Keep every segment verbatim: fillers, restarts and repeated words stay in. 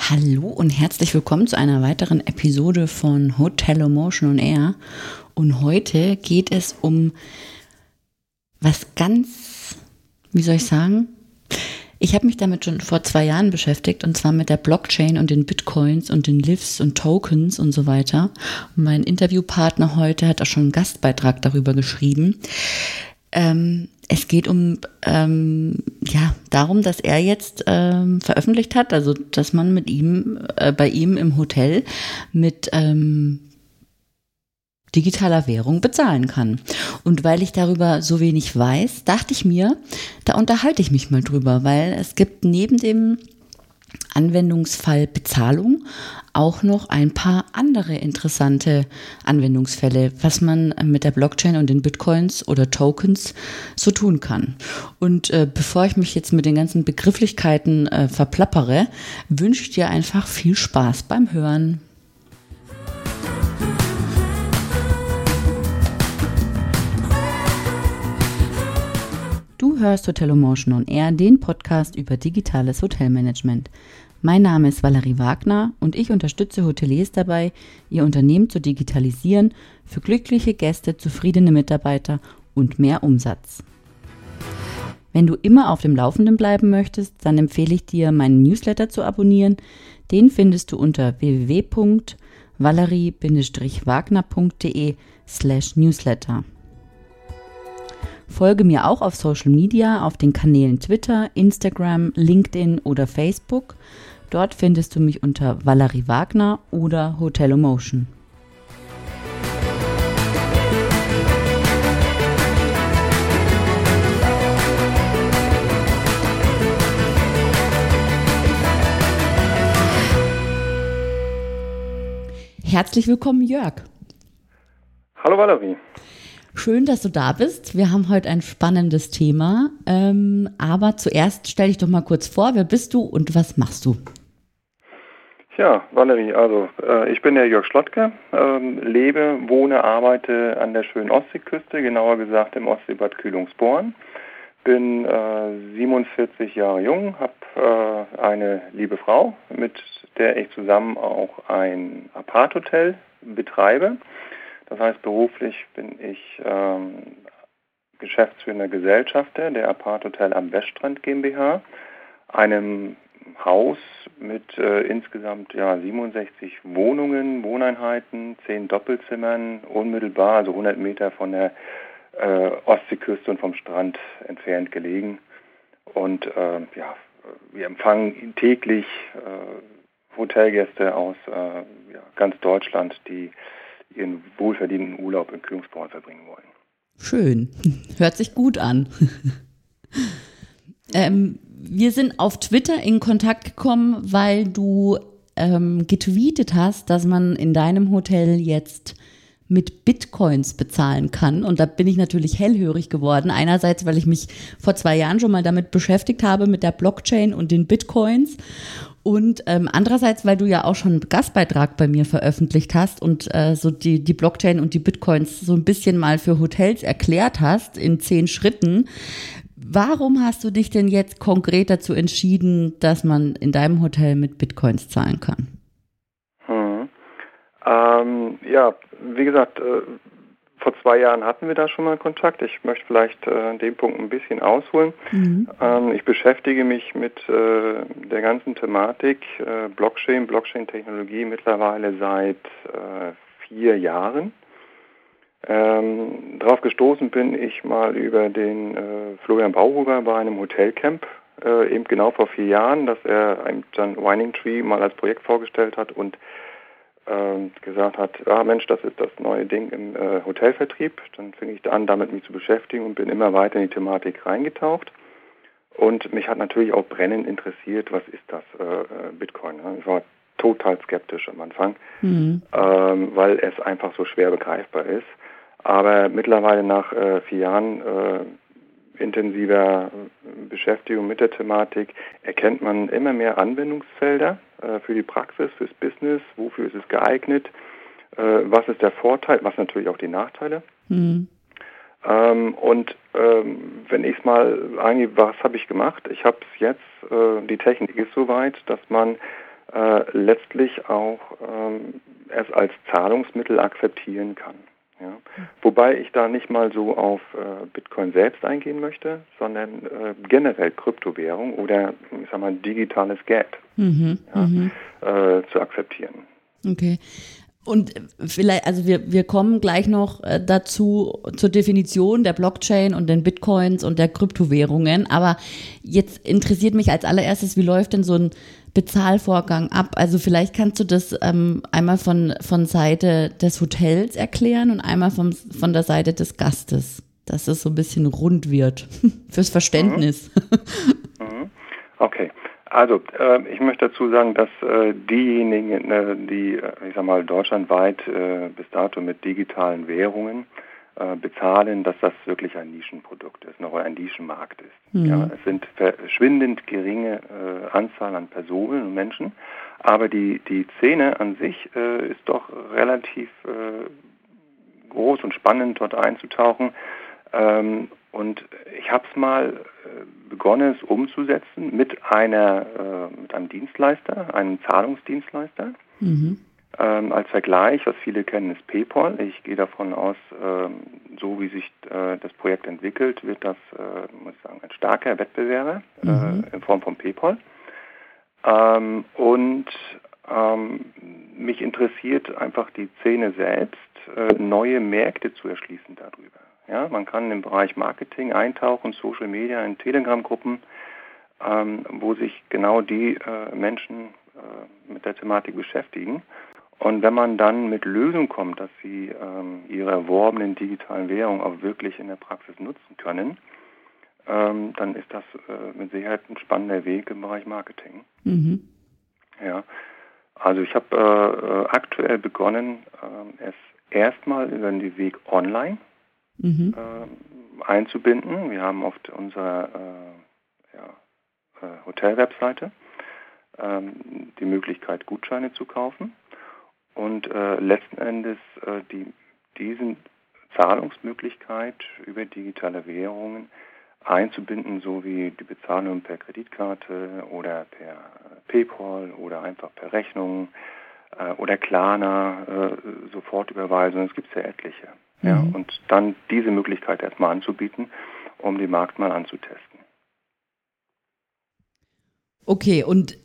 Hallo und herzlich willkommen zu einer weiteren Episode von Hotelomotion on Air. Und heute geht es um was ganz, wie soll ich sagen? Ich habe mich damit schon vor zwei Jahren beschäftigt, und zwar mit der Blockchain und den Bitcoins und den L I Fs und Tokens und so weiter. Und mein Interviewpartner heute hat auch schon einen Gastbeitrag darüber geschrieben. Ähm, es geht um ähm, ja darum, dass er jetzt ähm, veröffentlicht hat, also dass man mit ihm äh, bei ihm im Hotel mit ähm, digitaler Währung bezahlen kann. Und weil ich darüber so wenig weiß, dachte ich mir, da unterhalte ich mich mal drüber, weil es gibt neben dem Anwendungsfall Bezahlung auch noch ein paar andere interessante Anwendungsfälle, was man mit der Blockchain und den Bitcoins oder Tokens so tun kann. Und äh, bevor ich mich jetzt mit den ganzen Begrifflichkeiten äh, verplappere, wünsche ich dir einfach viel Spaß beim Hören. Du hörst Hotelomotion on Air, den Podcast über digitales Hotelmanagement. Mein Name ist Valerie Wagner und ich unterstütze Hoteliers dabei, ihr Unternehmen zu digitalisieren, für glückliche Gäste, zufriedene Mitarbeiter und mehr Umsatz. Wenn du immer auf dem Laufenden bleiben möchtest, dann empfehle ich dir, meinen Newsletter zu abonnieren. Den findest du unter w w w punkt valerie wagner punkt d e slash newsletter. Folge mir auch auf Social Media, auf den Kanälen Twitter, Instagram, LinkedIn oder Facebook. Dort findest du mich unter Valerie Wagner oder Hotelomotion. Herzlich willkommen, Jörg. Hallo Valerie. Schön, dass du da bist. Wir haben heute ein spannendes Thema. Ähm, aber zuerst stell dich doch mal kurz vor, wer bist du und was machst du? Ja, Valerie, also äh, ich bin der Jörg Schlottke, ähm, lebe, wohne, arbeite an der schönen Ostseeküste, genauer gesagt im Ostseebad Kühlungsborn. Bin äh, siebenundvierzig Jahre jung, habe äh, eine liebe Frau, mit der ich zusammen auch ein Apart-Hotel betreibe. Das heißt, beruflich bin ich ähm, geschäftsführender Gesellschafter der Apart Hotel am Weststrand GmbH, einem Haus mit äh, insgesamt ja, siebenundsechzig Wohnungen, Wohneinheiten, zehn Doppelzimmern, unmittelbar, also hundert Meter von der äh, Ostseeküste und vom Strand entfernt gelegen. Und äh, ja, wir empfangen täglich äh, Hotelgäste aus äh, ja, ganz Deutschland, die ihren wohlverdienten Urlaub in Kühlungsborn verbringen wollen. Schön, hört sich gut an. ähm, wir sind auf Twitter in Kontakt gekommen, weil du ähm, getweetet hast, dass man in deinem Hotel jetzt mit Bitcoins bezahlen kann. Und da bin ich natürlich hellhörig geworden. Einerseits, weil ich mich vor zwei Jahren schon mal damit beschäftigt habe, mit der Blockchain und den Bitcoins. Und ähm, andererseits, weil du ja auch schon einen Gastbeitrag bei mir veröffentlicht hast und äh, so die, die Blockchain und die Bitcoins so ein bisschen mal für Hotels erklärt hast in zehn Schritten. Warum hast du dich denn jetzt konkret dazu entschieden, dass man in deinem Hotel mit Bitcoins zahlen kann? Hm. Ähm, ja, wie gesagt, äh, vor zwei Jahren hatten wir da schon mal Kontakt. Ich möchte vielleicht äh, an dem Punkt ein bisschen ausholen. Mhm. Ähm, ich beschäftige mich mit äh, der ganzen Thematik äh, Blockchain, Blockchain-Technologie mittlerweile seit äh, vier Jahren. Ähm, darauf gestoßen bin ich mal über den äh, Florian Bauhuber bei einem Hotelcamp, äh, eben genau vor vier Jahren, dass er einem dann Wining Tree mal als Projekt vorgestellt hat und äh, gesagt hat, ja Mensch, das ist das neue Ding im äh, Hotelvertrieb. Dann fing ich an, damit mich zu beschäftigen und bin immer weiter in die Thematik reingetaucht. Und mich hat natürlich auch brennend interessiert, was ist das äh, Bitcoin. Ne? Ich war total skeptisch am Anfang, mhm. ähm, weil es einfach so schwer begreifbar ist. Aber mittlerweile nach äh, vier Jahren äh, intensiver Beschäftigung mit der Thematik erkennt man immer mehr Anwendungsfelder äh, für die Praxis, fürs Business, wofür ist es geeignet, äh, was ist der Vorteil, was natürlich auch die Nachteile. Mhm. Ähm, und ähm, wenn ich es mal eingehe, was habe ich gemacht? Ich habe es jetzt, äh, die Technik ist soweit, dass man äh, letztlich auch ähm, es als Zahlungsmittel akzeptieren kann. Ja. Wobei ich da nicht mal so auf äh, Bitcoin selbst eingehen möchte, sondern äh, generell Kryptowährung oder ich sag mal digitales Geld Mhm, ja, mhm. äh, zu akzeptieren. Okay. Und vielleicht, also wir, wir kommen gleich noch äh, dazu, zur Definition der Blockchain und den Bitcoins und der Kryptowährungen. Aber jetzt interessiert mich als allererstes, wie läuft denn so ein Bezahlvorgang ab? Also vielleicht kannst du das ähm, einmal von, von Seite des Hotels erklären und einmal vom, von der Seite des Gastes, dass es so ein bisschen rund wird fürs Verständnis. Mhm. Mhm. Okay. Also äh, ich möchte dazu sagen, dass äh, diejenigen, äh, die, ich sag mal, deutschlandweit äh, bis dato mit digitalen Währungen äh, bezahlen, dass das wirklich ein Nischenprodukt ist, noch ein Nischenmarkt ist. Mhm. Ja, es sind verschwindend geringe äh, Anzahl an Personen und Menschen, aber die, die Szene an sich äh, ist doch relativ äh, groß und spannend, dort einzutauchen. Ähm, und ich habe es mal äh, begonnen, es umzusetzen mit einer äh, mit einem Dienstleister, einem Zahlungsdienstleister. Mhm. Ähm, als Vergleich, was viele kennen, ist PayPal. Ich gehe davon aus, ähm, so wie sich äh, das Projekt entwickelt, wird das, äh, muss ich sagen, ein starker Wettbewerber mhm. äh, in Form von PayPal. Ähm, und ähm, mich interessiert einfach die Szene selbst, äh, neue Märkte zu erschließen darüber. Ja, man kann im Bereich Marketing eintauchen, Social Media, in Telegram-Gruppen, ähm, wo sich genau die äh, Menschen äh, mit der Thematik beschäftigen. Und wenn man dann mit Lösungen kommt, dass sie ähm, ihre erworbenen digitalen Währungen auch wirklich in der Praxis nutzen können, ähm, dann ist das äh, mit Sicherheit ein spannender Weg im Bereich Marketing. Mhm. Ja, also ich habe äh, aktuell begonnen, äh, es erstmal über den Weg online Mhm. Äh, einzubinden. Wir haben auf unserer äh, ja, äh, Hotel-Webseite ähm, die Möglichkeit, Gutscheine zu kaufen und äh, letzten Endes äh, die, diesen Zahlungsmöglichkeit über digitale Währungen einzubinden, so wie die Bezahlung per Kreditkarte oder per PayPal oder einfach per Rechnung äh, oder Klarna, äh, Sofortüberweisung. Es gibt ja etliche. Ja, mhm. Und dann diese Möglichkeit erstmal anzubieten, um den Markt mal anzutesten. Okay, und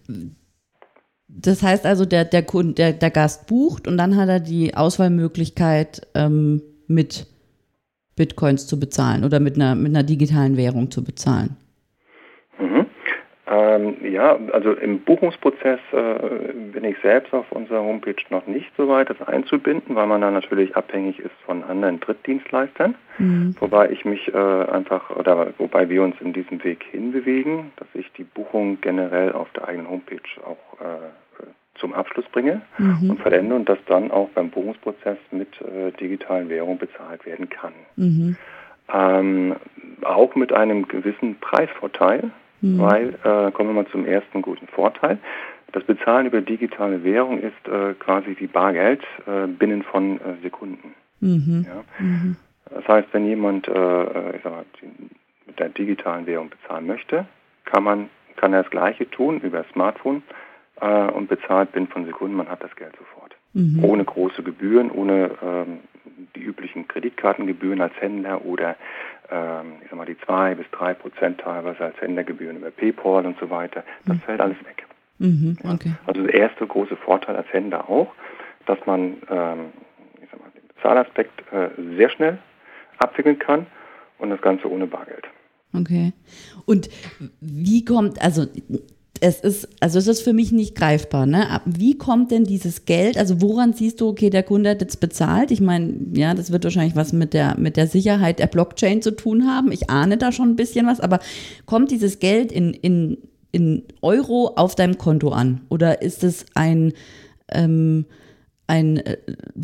das heißt also, der, der, Kunde, der, der Gast bucht und dann hat er die Auswahlmöglichkeit, ähm, mit Bitcoins zu bezahlen oder mit einer, mit einer digitalen Währung zu bezahlen. Mhm. Ähm, ja, also im Buchungsprozess äh, bin ich selbst auf unserer Homepage noch nicht so weit, das einzubinden, weil man dann natürlich abhängig ist von anderen Drittdienstleistern. Mhm. Wobei ich mich äh, einfach, oder wobei wir uns in diesem Weg hinbewegen, dass ich die Buchung generell auf der eigenen Homepage auch äh, zum Abschluss bringe mhm. und vollende und das dann auch beim Buchungsprozess mit äh, digitalen Währungen bezahlt werden kann. Mhm. Ähm, auch mit einem gewissen Preisvorteil. Mhm. Weil, äh, kommen wir mal zum ersten guten Vorteil, das Bezahlen über digitale Währung ist äh, quasi wie Bargeld äh, binnen von äh, Sekunden. Mhm. Ja? Mhm. Das heißt, wenn jemand äh, ich sag mal, mit der digitalen Währung bezahlen möchte, kann man kann er das Gleiche tun über das Smartphone äh, und bezahlt binnen von Sekunden, man hat das Geld sofort. Mhm. Ohne große Gebühren, ohne ähm, die üblichen Kreditkartengebühren als Händler oder ähm, ich sag mal die zwei bis drei Prozent teilweise als Händlergebühren über PayPal und so weiter. Das mhm. fällt alles weg. Mhm, okay. Ja, also der erste große Vorteil als Händler auch, dass man ähm, ich sag mal, den Bezahlaspekt äh, sehr schnell abwickeln kann und das Ganze ohne Bargeld. Okay. Und wie kommt, also es ist, also es ist für mich nicht greifbar, ne? Wie kommt denn dieses Geld, also woran siehst du, okay, der Kunde hat jetzt bezahlt? Ich meine, ja, das wird wahrscheinlich was mit der, mit der Sicherheit der Blockchain zu tun haben. Ich ahne da schon ein bisschen was, aber kommt dieses Geld in, in, in Euro auf deinem Konto an? Oder ist es ein, ähm, ein, äh,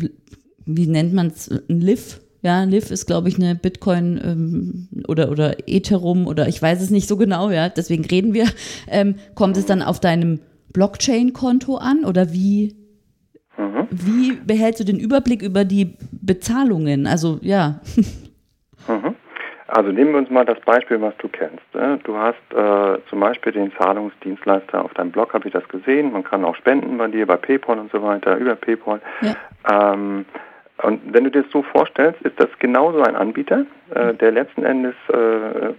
wie nennt man es, ein L I F? Ja, L I F ist, glaube ich, eine Bitcoin ähm, oder, oder Ethereum oder ich weiß es nicht so genau, ja, deswegen reden wir. Ähm, kommt es dann auf deinem Blockchain-Konto an oder wie, mhm. wie behältst du den Überblick über die Bezahlungen? Also, ja. Mhm. Also nehmen wir uns mal das Beispiel, was du kennst. Du hast äh, zum Beispiel den Zahlungsdienstleister auf deinem Blog, habe ich das gesehen. Man kann auch spenden bei dir, bei PayPal und so weiter, über PayPal. Ja. Ähm, und wenn du dir das so vorstellst, ist das genauso ein Anbieter, äh, der letzten Endes äh,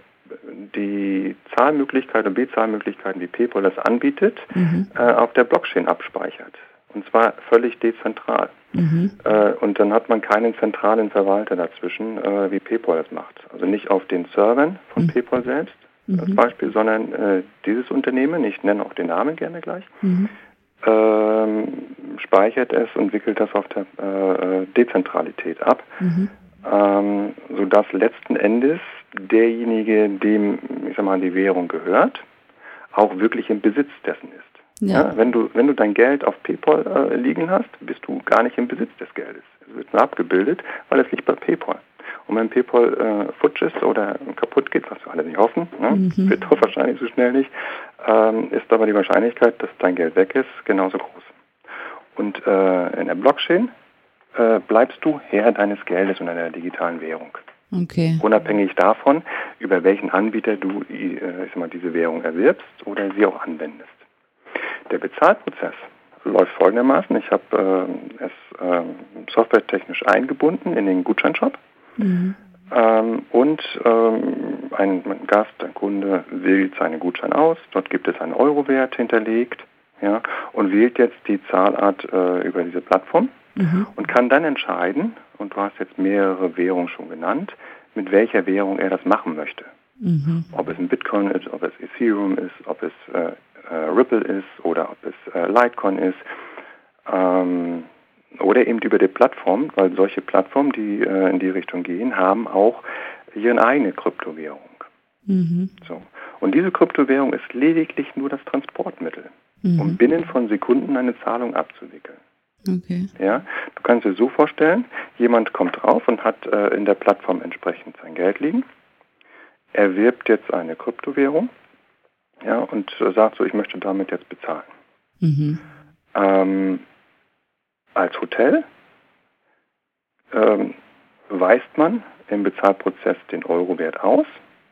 die Zahlmöglichkeiten und Bezahlmöglichkeiten, wie PayPal das anbietet, mhm. äh, auf der Blockchain abspeichert. Und zwar völlig dezentral. Mhm. Äh, und dann hat man keinen zentralen Verwalter dazwischen, äh, wie PayPal das macht. Also nicht auf den Servern von mhm. PayPal selbst mhm. als Beispiel, sondern äh, dieses Unternehmen, ich nenne auch den Namen gerne gleich, mhm. ähm, speichert es und wickelt das auf der äh, Dezentralität ab, mhm. ähm, sodass letzten Endes derjenige, dem ich sag mal, die Währung gehört, auch wirklich im Besitz dessen ist. Ja. Ja, wenn du wenn du dein Geld auf PayPal äh, liegen hast, bist du gar nicht im Besitz des Geldes. Es wird nur abgebildet, weil es liegt bei PayPal. Und wenn PayPal äh, futsch ist oder kaputt geht, was wir alle nicht hoffen, ne? mhm. wird doch wahrscheinlich so schnell nicht, ähm, ist aber die Wahrscheinlichkeit, dass dein Geld weg ist, genauso groß. Und äh, in der Blockchain äh, bleibst du Herr deines Geldes und einer digitalen Währung. Okay. Unabhängig davon, über welchen Anbieter du äh, ich sag mal, diese Währung erwirbst oder sie auch anwendest. Der Bezahlprozess läuft folgendermaßen. Ich habe äh, es äh, softwaretechnisch eingebunden in den Gutscheinshop mhm. ähm, und ähm, ein, ein Gast, ein Kunde wählt seinen Gutschein aus. Dort gibt es einen Eurowert hinterlegt, ja, und wählt jetzt die Zahlart äh, über diese Plattform mhm. und kann dann entscheiden, und du hast jetzt mehrere Währungen schon genannt, mit welcher Währung er das machen möchte. Mhm. Ob es ein Bitcoin ist, ob es Ethereum ist, ob es äh, Ripple ist oder ob es äh, Litecoin ist ähm, oder eben über die Plattform, weil solche Plattformen, die äh, in die Richtung gehen, haben auch ihre eigene Kryptowährung. Mhm. So. Und diese Kryptowährung ist lediglich nur das Transportmittel, mhm. um binnen von Sekunden eine Zahlung abzuwickeln. Okay. Ja, du kannst dir so vorstellen, jemand kommt drauf und hat äh, in der Plattform entsprechend sein Geld liegen, erwirbt jetzt eine Kryptowährung, ja, und äh, sagt so, ich möchte damit jetzt bezahlen. Mhm. Ähm, als Hotel ähm, weist man im Bezahlprozess den Eurowert aus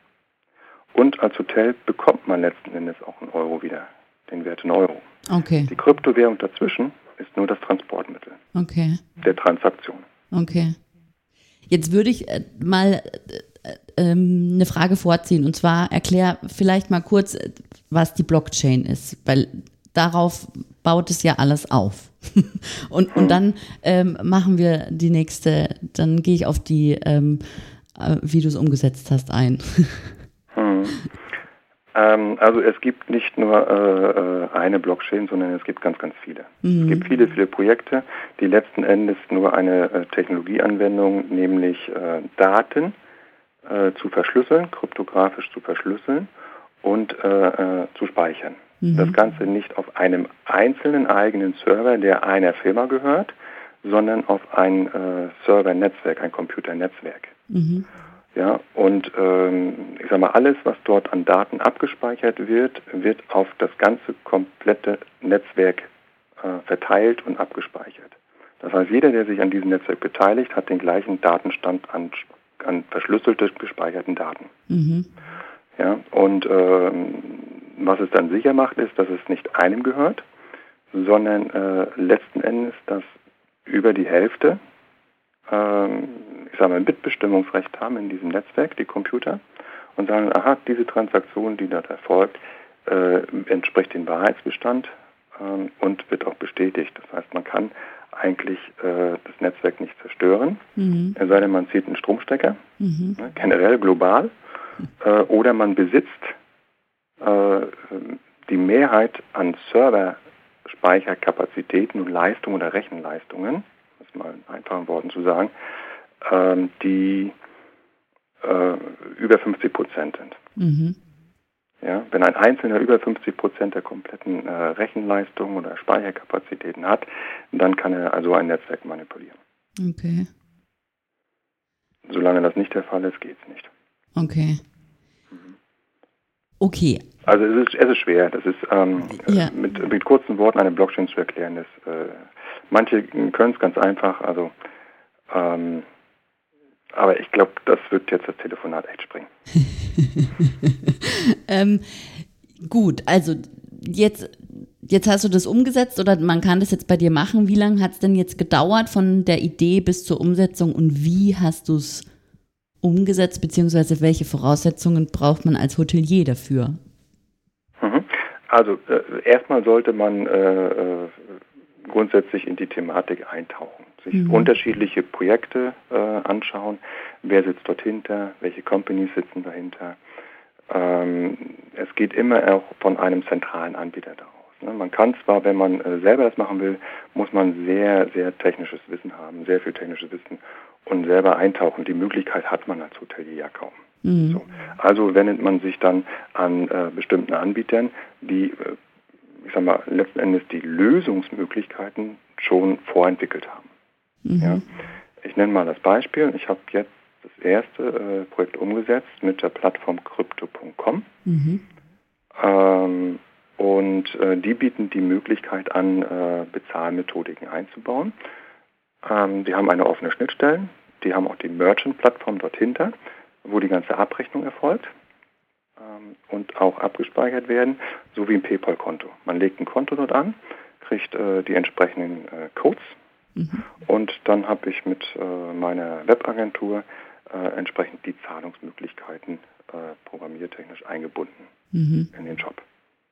und als Hotel bekommt man letzten Endes auch einen Euro wieder, den Wert in Euro. Okay. Die Kryptowährung dazwischen ist nur das Transportmittel okay. der Transaktion. Okay. Jetzt würde ich äh, mal äh, äh, eine Frage vorziehen und zwar erklär vielleicht mal kurz, was die Blockchain ist, weil darauf baut es ja alles auf. und, und dann ähm, machen wir die nächste, dann gehe ich auf die, ähm, äh, wie du es umgesetzt hast, ein. hm. ähm, also es gibt nicht nur äh, eine Blockchain, sondern es gibt ganz, ganz viele. Mhm. Es gibt viele, viele Projekte, die letzten Endes nur eine äh, Technologieanwendung, nämlich äh, Daten äh, zu verschlüsseln, kryptografisch zu verschlüsseln und äh, äh, zu speichern. Mhm. Das Ganze nicht auf einem einzelnen eigenen Server, der einer Firma gehört, sondern auf ein äh, Servernetzwerk, ein Computernetzwerk. Mhm. Ja, und ähm, ich sag mal, alles, was dort an Daten abgespeichert wird, wird auf das ganze komplette Netzwerk äh, verteilt und abgespeichert. Das heißt, jeder, der sich an diesem Netzwerk beteiligt, hat den gleichen Datenstand an, an verschlüsselte gespeicherten Daten. Mhm. Ja, und ähm, was es dann sicher macht, ist, dass es nicht einem gehört, sondern äh, letzten Endes, dass über die Hälfte, ähm, ich sage mal, Mitbestimmungsrecht haben in diesem Netzwerk, die Computer, und sagen, aha, diese Transaktion, die dort erfolgt, äh, entspricht dem Wahrheitsbestand ähm, und wird auch bestätigt. Das heißt, man kann eigentlich äh, das Netzwerk nicht zerstören, mhm. es sei denn, man zieht einen Stromstecker, mhm. ne, generell global, äh, oder man besitzt äh, die Mehrheit an Serverspeicherkapazitäten und Leistungen oder Rechenleistungen, um es mal in einfachen Worten zu sagen, ähm, die äh, über fünfzig Prozent sind. Mhm. Ja, wenn ein Einzelner über fünfzig Prozent der kompletten äh, Rechenleistung oder Speicherkapazitäten hat, dann kann er also ein Netzwerk manipulieren. Okay. Solange das nicht der Fall ist, geht es nicht. Okay. Mhm. Okay. Also es ist, es ist schwer. Das ist ähm, ja. mit, mit kurzen Worten eine Blockchain zu erklären. Das, äh, manche können es ganz einfach. Also ähm, Aber ich glaube, das wird jetzt das Telefonat echt sprengen. ähm, gut, also jetzt, jetzt hast du das umgesetzt oder man kann das jetzt bei dir machen. Wie lange hat es denn jetzt gedauert von der Idee bis zur Umsetzung und wie hast du es umgesetzt, beziehungsweise welche Voraussetzungen braucht man als Hotelier dafür? Mhm. Also äh, erstmal sollte man äh, äh, grundsätzlich in die Thematik eintauchen, sich mhm. unterschiedliche Projekte äh, anschauen, wer sitzt dort hinter, welche Companies sitzen dahinter. Ähm, es geht immer auch von einem zentralen Anbieter daraus. Ne? Man kann zwar, wenn man äh, selber das machen will, muss man sehr, sehr technisches Wissen haben, sehr viel technisches Wissen und selber eintauchen. Die Möglichkeit hat man als Hotelier ja kaum. Mhm. So. Also wendet man sich dann an äh, bestimmten Anbietern, die, äh, ich sag mal, letzten Endes die Lösungsmöglichkeiten schon vorentwickelt haben. Mhm. Ja? Ich nenne mal das Beispiel. Ich habe jetzt das erste äh, Projekt umgesetzt mit der Plattform crypto punkt com. Mhm. Ähm, und äh, die bieten die Möglichkeit an, äh, Bezahlmethodiken einzubauen. Ähm, die haben eine offene Schnittstelle, die haben auch die Merchant-Plattform dort hinter, wo die ganze Abrechnung erfolgt ähm, und auch abgespeichert werden, so wie ein PayPal-Konto. Man legt ein Konto dort an, kriegt äh, die entsprechenden äh, Codes mhm. und dann habe ich mit äh, meiner Webagentur äh, entsprechend die Zahlungsmöglichkeiten äh, programmiertechnisch eingebunden mhm. in den Shop.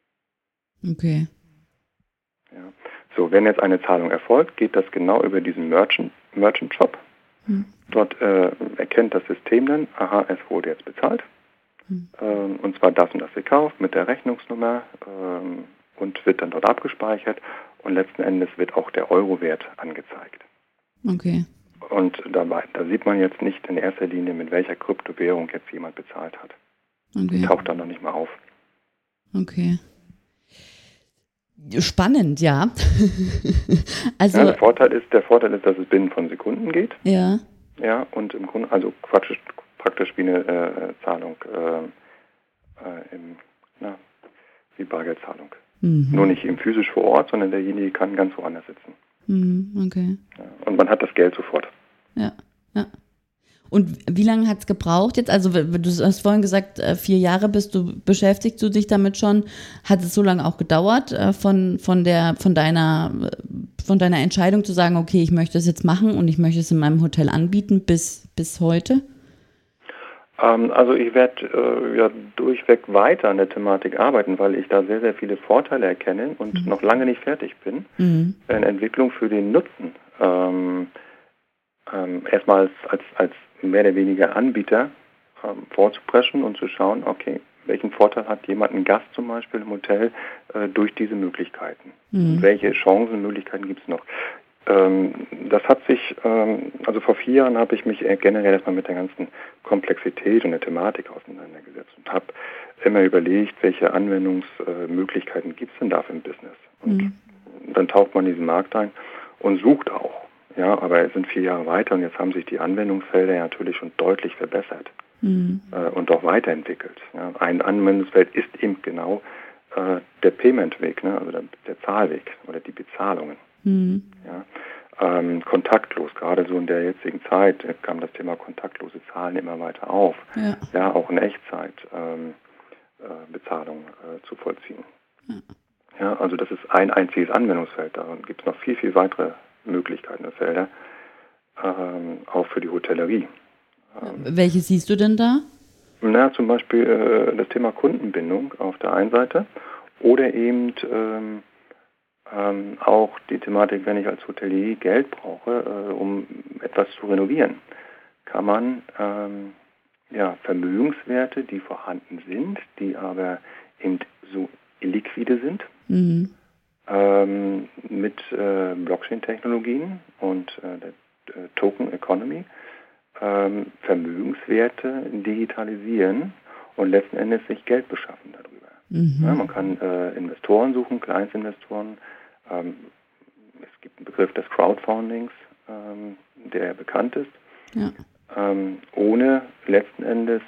Okay. Ja. So, wenn jetzt eine Zahlung erfolgt, geht das genau über diesen Merchant, Merchant Shop. Hm. Dort äh, erkennt das System dann, aha, es wurde jetzt bezahlt. Hm. Ähm, und zwar das und das gekauft mit der Rechnungsnummer ähm, und wird dann dort abgespeichert. Und letzten Endes wird auch der Eurowert angezeigt. Okay. Und dabei, da sieht man jetzt nicht in erster Linie, mit welcher Kryptowährung jetzt jemand bezahlt hat. Okay. Die taucht dann noch nicht mal auf. Okay. Spannend, ja. Also ja, der Vorteil ist, der Vorteil ist, dass es binnen von Sekunden geht. Ja. Ja, und im Grunde, also praktisch, praktisch wie eine äh, Zahlung, äh, äh, im, na, wie Bargeldzahlung. Mhm. Nur nicht eben physisch vor Ort, sondern derjenige kann ganz woanders sitzen. Mhm, okay. Ja, und man hat das Geld sofort. Ja, ja. Und wie lange hat es gebraucht jetzt? Also du hast vorhin gesagt, vier Jahre bist du, beschäftigst du dich damit schon. Hat es so lange auch gedauert, von, von, der, von, deiner, von deiner Entscheidung zu sagen, okay, ich möchte es jetzt machen und ich möchte es in meinem Hotel anbieten, bis, bis heute? Ähm, also ich werde äh, ja durchweg weiter an der Thematik arbeiten, weil ich da sehr, sehr viele Vorteile erkenne und mhm. noch lange nicht fertig bin. Mhm. In Entwicklung für den Nutzen. Ähm, ähm, erstmal als, als, als mehr oder weniger Anbieter ähm, vorzupreschen und zu schauen, okay, welchen Vorteil hat jemand, ein Gast zum Beispiel im Hotel, äh, durch diese Möglichkeiten? Mhm. Und welche Chancen und Möglichkeiten gibt es noch? Ähm, das hat sich, ähm, also vor vier Jahren habe ich mich generell erstmal mit der ganzen Komplexität und der Thematik auseinandergesetzt und habe immer überlegt, welche Anwendungsmöglichkeiten äh, gibt es denn da im Business? Und mhm. dann taucht man in diesen Markt ein und sucht auch. Ja, aber es sind vier Jahre weiter und jetzt haben sich die Anwendungsfelder ja natürlich schon deutlich verbessert mhm. äh, und auch weiterentwickelt. Ja. Ein Anwendungsfeld ist eben genau äh, der Payment-Weg, ne, also der, der Zahlweg oder die Bezahlungen. Mhm. Ja. Ähm, kontaktlos, gerade so in der jetzigen Zeit äh, kam das Thema kontaktlose Zahlen immer weiter auf. Ja, ja auch in Echtzeit ähm, äh, Bezahlung äh, zu vollziehen. Ja. Ja, also das ist ein einziges Anwendungsfeld, da gibt es noch viel, viel weitere Möglichkeiten und Felder, ähm, auch für die Hotellerie. Ähm, Welche siehst du denn da? Na, zum Beispiel äh, das Thema Kundenbindung auf der einen Seite oder eben ähm, ähm, auch die Thematik, wenn ich als Hotelier Geld brauche, äh, um etwas zu renovieren, kann man ähm, ja, Vermögenswerte, die vorhanden sind, die aber eben so illiquide sind, mhm. ähm, mit äh, Blockchain-Technologien und äh, der äh, Token Economy ähm, Vermögenswerte digitalisieren und letzten Endes sich Geld beschaffen darüber. Mhm. Ja, man kann äh, Investoren suchen, Kleinstinvestoren. Ähm, es gibt einen Begriff des Crowdfundings, ähm, der bekannt ist, ja. ähm, ohne letzten Endes,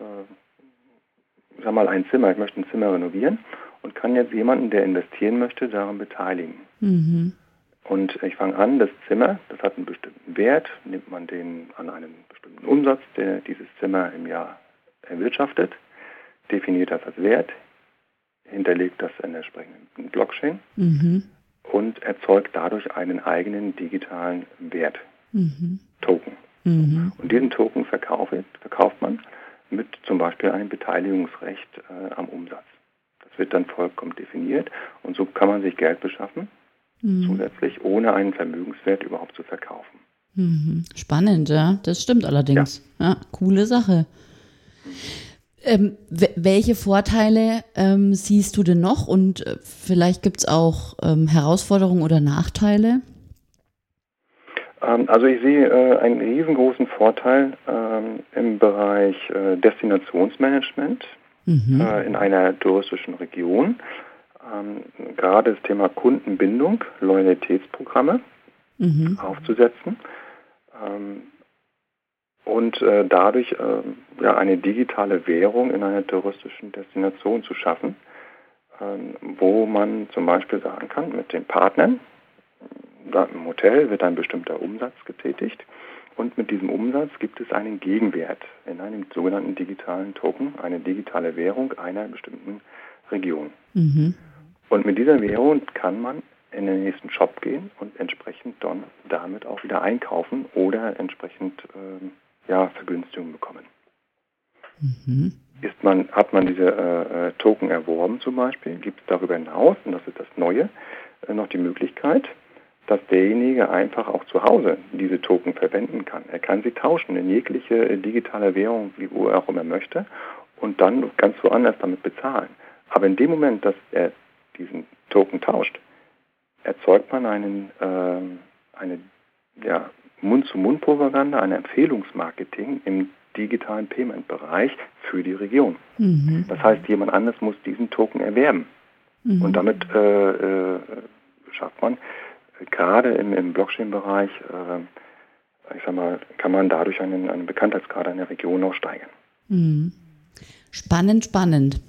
äh, ich sag mal, ein Zimmer, ich möchte ein Zimmer renovieren und kann jetzt jemanden, der investieren möchte, daran beteiligen. Mhm. Und ich fange an, das Zimmer, das hat einen bestimmten Wert, nimmt man den an einem bestimmten Umsatz, der dieses Zimmer im Jahr erwirtschaftet, definiert das als Wert, hinterlegt das in der entsprechenden Blockchain mhm. und erzeugt dadurch einen eigenen digitalen Wert, mhm. Token. Mhm. Und diesen Token verkauft, verkauft man mit zum Beispiel einem Beteiligungsrecht äh, am Umsatz. Das wird dann vollkommen definiert und so kann man sich Geld beschaffen, mhm. zusätzlich, ohne einen Vermögenswert überhaupt zu verkaufen. Mhm. Spannend, ja, das stimmt allerdings. Ja, ja, coole Sache. Mhm. Ähm, w- welche Vorteile ähm, siehst du denn noch und äh, vielleicht gibt es auch ähm, Herausforderungen oder Nachteile? Also ich sehe äh, einen riesengroßen Vorteil ähm, im Bereich äh, Destinationsmanagement mhm. äh, in einer touristischen Region. Ähm, gerade das Thema Kundenbindung, Loyalitätsprogramme mhm. aufzusetzen ähm, und äh, dadurch äh, ja, eine digitale Währung in einer touristischen Destination zu schaffen, ähm, wo man zum Beispiel sagen kann, mit den Partnern, im Hotel wird ein bestimmter Umsatz getätigt und mit diesem Umsatz gibt es einen Gegenwert in einem sogenannten digitalen Token, eine digitale Währung einer bestimmten Region. Mhm. Und mit dieser Währung kann man in den nächsten Shop gehen und entsprechend dann damit auch wieder einkaufen oder entsprechend äh, ja, Vergünstigungen bekommen. Mhm. Ist man, hat man diese äh, Token erworben zum Beispiel, gibt es darüber hinaus, und das ist das Neue, äh, noch die Möglichkeit, dass derjenige einfach auch zu Hause diese Token verwenden kann. Er kann sie tauschen in jegliche digitale Währung, wie wo er auch immer möchte, und dann ganz woanders damit bezahlen. Aber in dem Moment, dass er diesen Token tauscht, erzeugt man einen, äh, eine ja, Mund-zu-Mund-Propaganda, ein Empfehlungsmarketing im digitalen Payment-Bereich für die Region. Mhm. Das heißt, jemand anderes muss diesen Token erwerben. Mhm. Und damit äh, äh, schafft man gerade im, im Blockchain-Bereich, äh, ich sag mal, kann man dadurch einen, einen Bekanntheitsgrad in der Region auch steigern. Mhm. Spannend, spannend.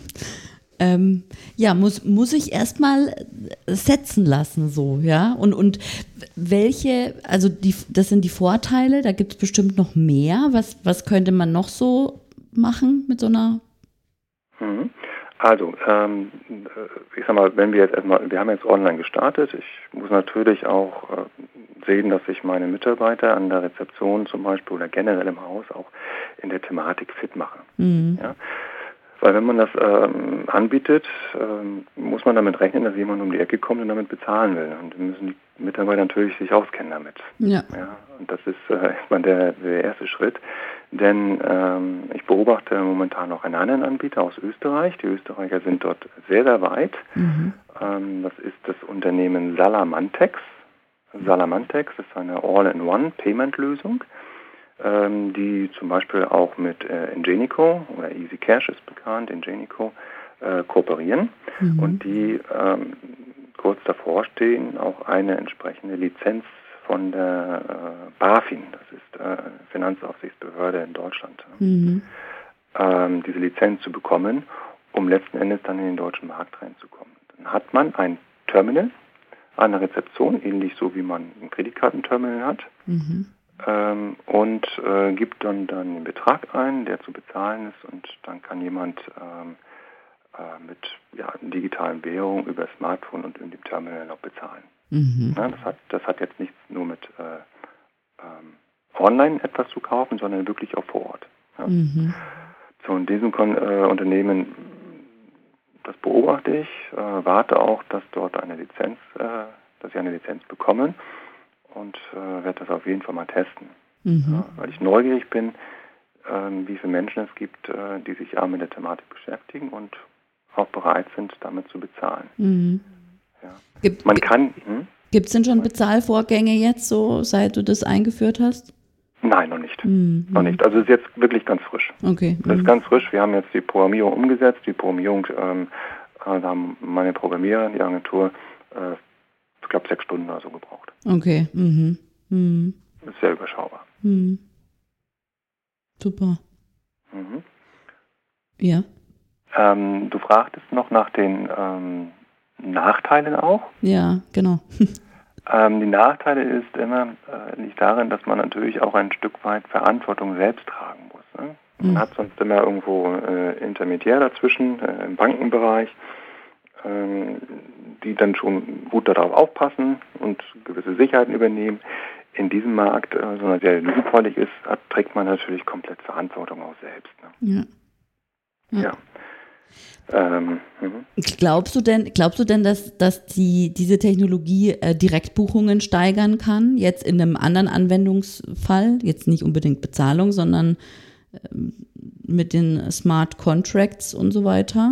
ähm, ja, muss, muss ich erstmal setzen lassen, so, ja. Und, und welche, also die, das sind die Vorteile, da gibt es bestimmt noch mehr. Was, was könnte man noch so machen mit so einer? Mhm. Also, ähm, ich sag mal, wenn wir jetzt erstmal, wir haben jetzt online gestartet, ich muss natürlich auch äh, sehen, dass sich meine Mitarbeiter an der Rezeption zum Beispiel oder generell im Haus auch in der Thematik fit machen. Mhm. Ja? Weil wenn man das ähm, anbietet, ähm, muss man damit rechnen, dass jemand um die Ecke kommt und damit bezahlen will. Und dann müssen die Mitarbeiter natürlich sich auskennen damit. Ja. Ja, und das ist äh, erstmal der, der erste Schritt. Denn ähm, ich beobachte momentan noch einen anderen Anbieter aus Österreich. Die Österreicher sind dort sehr, sehr weit. Mhm. Ähm, das ist das Unternehmen Salamantex. Salamantex ist eine All-in-One-Payment-Lösung, ähm, die zum Beispiel auch mit äh, Ingenico oder Easy Cash ist bekannt, Ingenico, äh, kooperieren mhm. und die ähm, kurz davor stehen, auch eine entsprechende Lizenz von der äh, BaFin, das ist äh, Finanzaufsichtsbehörde in Deutschland, mhm. ähm, diese Lizenz zu bekommen, um letzten Endes dann in den deutschen Markt reinzukommen. Dann hat man ein Terminal an der Rezeption, ähnlich so wie man ein Kreditkartenterminal hat, mhm. ähm, und äh, gibt dann, dann den Betrag ein, der zu bezahlen ist, und dann kann jemand ähm, äh, mit ja, digitalen Währungen über Smartphone und in dem Terminal auch bezahlen. Mhm. Ja, das, hat, das hat jetzt nichts nur mit äh, ähm, online etwas zu kaufen, sondern wirklich auch vor Ort. Ja. Mhm. So, in diesem Kon- äh, Unternehmen, das beobachte ich, äh, warte auch, dass dort eine Lizenz, äh, dass sie eine Lizenz bekommen, und äh, werde das auf jeden Fall mal testen. Mhm. Ja, weil ich neugierig bin, äh, wie viele Menschen es gibt, äh, die sich ja mit der Thematik beschäftigen und auch bereit sind, damit zu bezahlen. Mhm. Ja. Gibt, Man kann. Hm? Gibt es denn schon Bezahlvorgänge jetzt, so seit du das eingeführt hast? Nein, noch nicht. Mhm. Noch nicht. Also es ist jetzt wirklich ganz frisch. Okay. Das ist ganz frisch. Wir haben jetzt die Programmierung umgesetzt. Die Programmierung, ähm, da haben meine Programmierer, die Agentur, äh, ich glaube sechs Stunden oder so gebraucht. Okay. Mhm. Mhm. Das ist sehr überschaubar. Mhm. Super. Mhm. Ja. Ähm, du fragtest noch nach den ähm, Nachteilen auch. Ja, genau. Ähm, die Nachteile ist immer, äh, liegt darin, dass man natürlich auch ein Stück weit Verantwortung selbst tragen muss. Ne? Man mhm. hat sonst immer irgendwo äh, Intermediär dazwischen, äh, im Bankenbereich, äh, die dann schon gut darauf aufpassen und gewisse Sicherheiten übernehmen. In diesem Markt, äh, sondern der risikovoll ist, hat, trägt man natürlich komplett Verantwortung auch selbst. Ne? Ja. ja. Ähm, glaubst du denn, glaubst du denn, dass, dass die, diese Technologie äh, Direktbuchungen steigern kann? Jetzt in einem anderen Anwendungsfall, jetzt nicht unbedingt Bezahlung, sondern äh, mit den Smart Contracts und so weiter?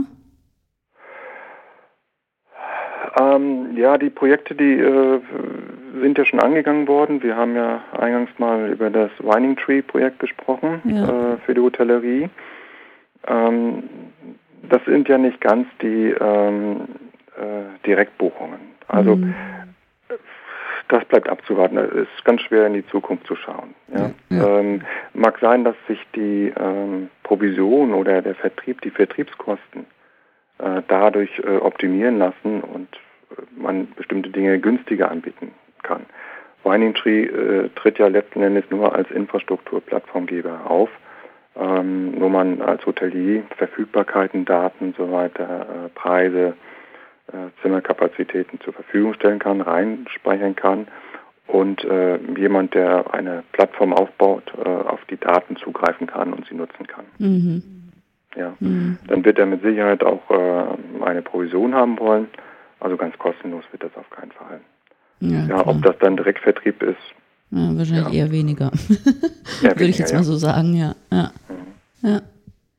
Ähm, ja, die Projekte, die äh, sind ja schon angegangen worden. Wir haben ja eingangs mal über das Winding Tree Projekt gesprochen, ja. äh, für die Hotellerie. Ähm, das sind ja nicht ganz die ähm, äh, Direktbuchungen. Also mhm. das bleibt abzuwarten. Es ist ganz schwer in die Zukunft zu schauen. Ja? Ja. Ähm, mag sein, dass sich die ähm, Provision oder der Vertrieb, die Vertriebskosten äh, dadurch äh, optimieren lassen und äh, man bestimmte Dinge günstiger anbieten kann. Winding Tree äh, tritt ja letzten Endes nur als Infrastrukturplattformgeber auf, ähm, wo man als Hotelier Verfügbarkeiten, Daten und so weiter, äh, Preise, äh, Zimmerkapazitäten zur Verfügung stellen kann, reinspeichern kann und äh, jemand, der eine Plattform aufbaut, äh, auf die Daten zugreifen kann und sie nutzen kann. Mhm. Ja, mhm. Dann wird er mit Sicherheit auch äh, eine Provision haben wollen, also ganz kostenlos wird das auf keinen Fall. Ja, ja ob das dann Direktvertrieb ist. Ja, wahrscheinlich ja. eher weniger. Eher Würde ich jetzt ja. mal so sagen, ja. Ja. Mhm. ja.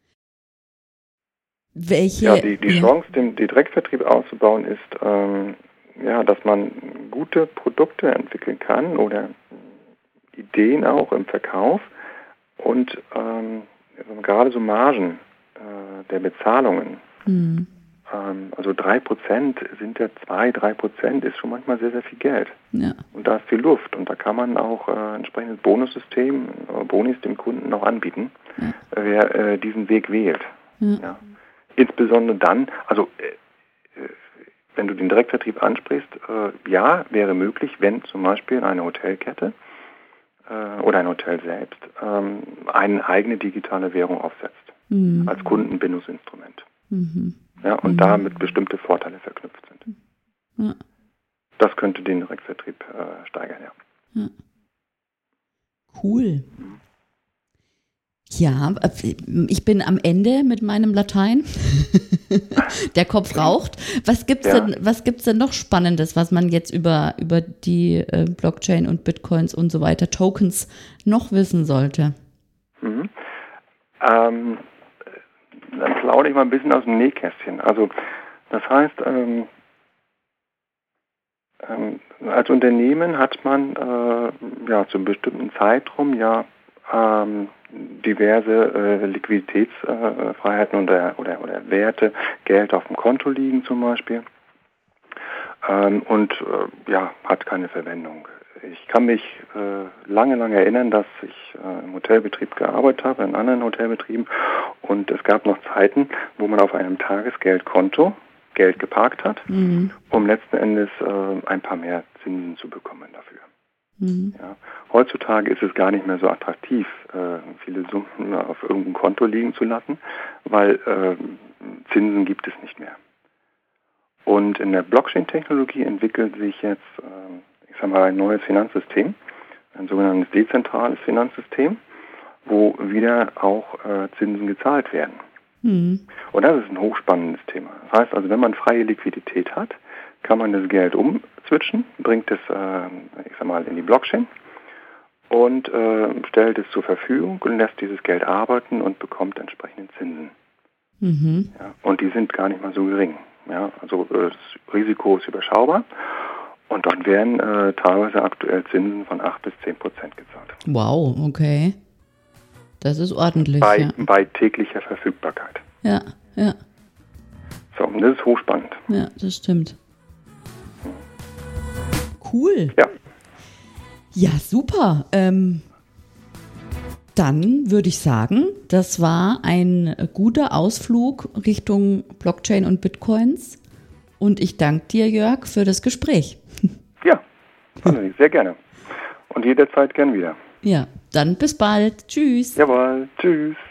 Welche, ja, die, die ja. Chance, den, den Direktvertrieb auszubauen, ist, ähm, ja, dass man gute Produkte entwickeln kann oder Ideen auch im Verkauf und ähm, gerade so Margen äh, der Bezahlungen. Mhm. Also drei Prozent sind ja zwei, drei Prozent ist schon manchmal sehr, sehr viel Geld. Ja. Und da ist viel Luft und da kann man auch äh, entsprechendes Bonussystem, äh, Bonis dem Kunden noch anbieten, ja. wer äh, diesen Weg wählt. Ja. Ja. Insbesondere dann, also äh, wenn du den Direktvertrieb ansprichst, äh, ja, wäre möglich, wenn zum Beispiel eine Hotelkette äh, oder ein Hotel selbst ähm, eine eigene digitale Währung aufsetzt, mhm. als Kundenbindungsinstrument. Mhm. Ja, und mhm. damit bestimmte Vorteile verknüpft sind. Ja. Das könnte den Direktvertrieb äh, steigern, ja. ja. Cool. Mhm. Ja, ich bin am Ende mit meinem Latein. Der Kopf raucht. Was gibt's ja. denn, was gibt's denn noch Spannendes, was man jetzt über, über die äh, Blockchain und Bitcoins und so weiter, Tokens, noch wissen sollte? Mhm. Ähm, Dann plaudere ich mal ein bisschen aus dem Nähkästchen. Also das heißt, ähm, ähm, als Unternehmen hat man äh, ja zu einem bestimmten Zeitraum ja ähm, diverse äh, Liquiditätsfreiheiten äh, oder, oder, oder Werte, Geld auf dem Konto liegen zum Beispiel ähm, und äh, ja, hat keine Verwendung. Ich kann mich äh, lange, lange erinnern, dass ich äh, im Hotelbetrieb gearbeitet habe, in anderen Hotelbetrieben. Und es gab noch Zeiten, wo man auf einem Tagesgeldkonto Geld geparkt hat, mhm. um letzten Endes äh, ein paar mehr Zinsen zu bekommen dafür. Mhm. Ja. Heutzutage ist es gar nicht mehr so attraktiv, äh, viele Summen auf irgendeinem Konto liegen zu lassen, weil äh, Zinsen gibt es nicht mehr. Und in der Blockchain-Technologie entwickelt sich jetzt äh, ich sage mal, ein neues Finanzsystem, ein sogenanntes dezentrales Finanzsystem, wo wieder auch äh, Zinsen gezahlt werden. Mhm. Und das ist ein hochspannendes Thema. Das heißt also, wenn man freie Liquidität hat, kann man das Geld umswitchen, bringt es, äh, ich sag mal, in die Blockchain und äh, stellt es zur Verfügung und lässt dieses Geld arbeiten und bekommt entsprechende Zinsen. Mhm. Ja, und die sind gar nicht mal so gering. Ja, also äh, das Risiko ist überschaubar. Und dort werden äh, teilweise aktuell Zinsen von acht bis zehn Prozent gezahlt. Wow, okay. Das ist ordentlich. Bei, ja. bei täglicher Verfügbarkeit. Ja, ja. So, und das ist hochspannend. Ja, das stimmt. Cool. Ja. Ja, super. Ähm, dann würde ich sagen, das war ein guter Ausflug Richtung Blockchain und Bitcoins. Und ich danke dir, Jörg, für das Gespräch. Ja, Sehr gerne. Und jederzeit gern wieder. Ja, dann bis bald. Tschüss. Jawohl, tschüss.